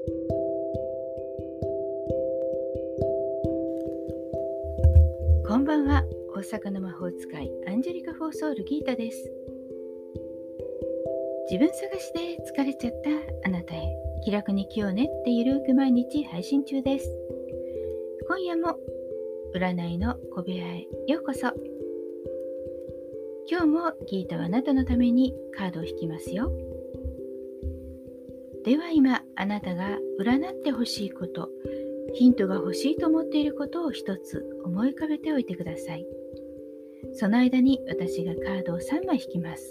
こんばんは。大阪の魔法使いアンジェリカ・フォーソウル・ギータです。自分探しで疲れちゃったあなたへ、気楽に生きようねってゆるく毎日配信中です。今夜も占いの小部屋へようこそ。今日もギータはあなたのためにカードを引きますよ。では今、あなたが占ってほしいこと、ヒントが欲しいと思っていることを一つ思い浮かべておいてください。その間に私がカードを3枚引きます。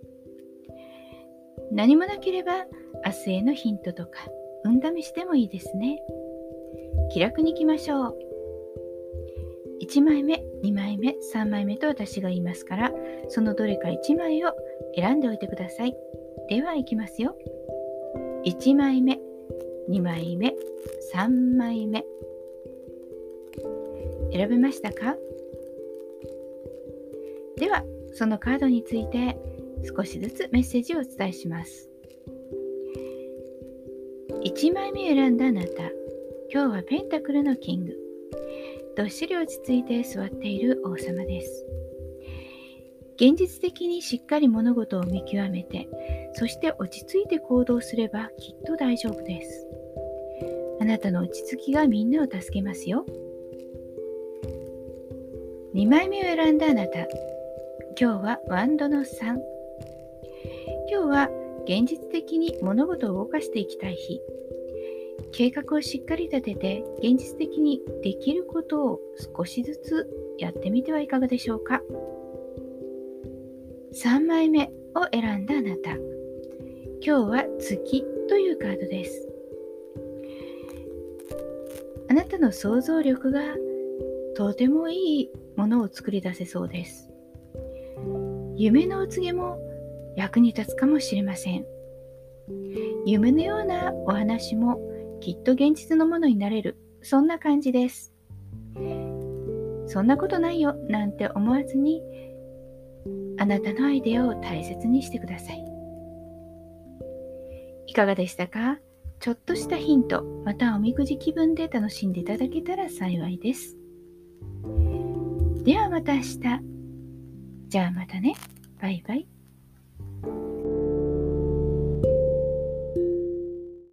何もなければ明日へのヒントとか運試しでもいいですね。気楽に行きましょう。1枚目、2枚目、3枚目と私が言いますから、そのどれか1枚を選んでおいてください。では行きますよ。1枚目、2枚目、3枚目。選べましたか？では、そのカードについて少しずつメッセージをお伝えします。1枚目を選んだあなた、今日はペンタクルのキング。どっしり落ち着いて座っている王様です。現実的にしっかり物事を見極めて、そして落ち着いて行動すればきっと大丈夫です。あなたの落ち着きがみんなを助けますよ。2枚目を選んだあなた、今日はワンドの3。今日は現実的に物事を動かしていきたい日。計画をしっかり立てて現実的にできることを少しずつやってみてはいかがでしょうか。3枚目を選んだあなた、今日は月というカードです。あなたの想像力がとてもいいものを作り出せそうです。夢のお告げも役に立つかもしれません。夢のようなお話もきっと現実のものになれる、そんな感じです。そんなことないよなんて思わずに、あなたのアイデアを大切にしてください。いかがでしたか？ちょっとしたヒント、またおみくじ気分で楽しんでいただけたら幸いです。ではまた明日。じゃあまたね。バイバイ。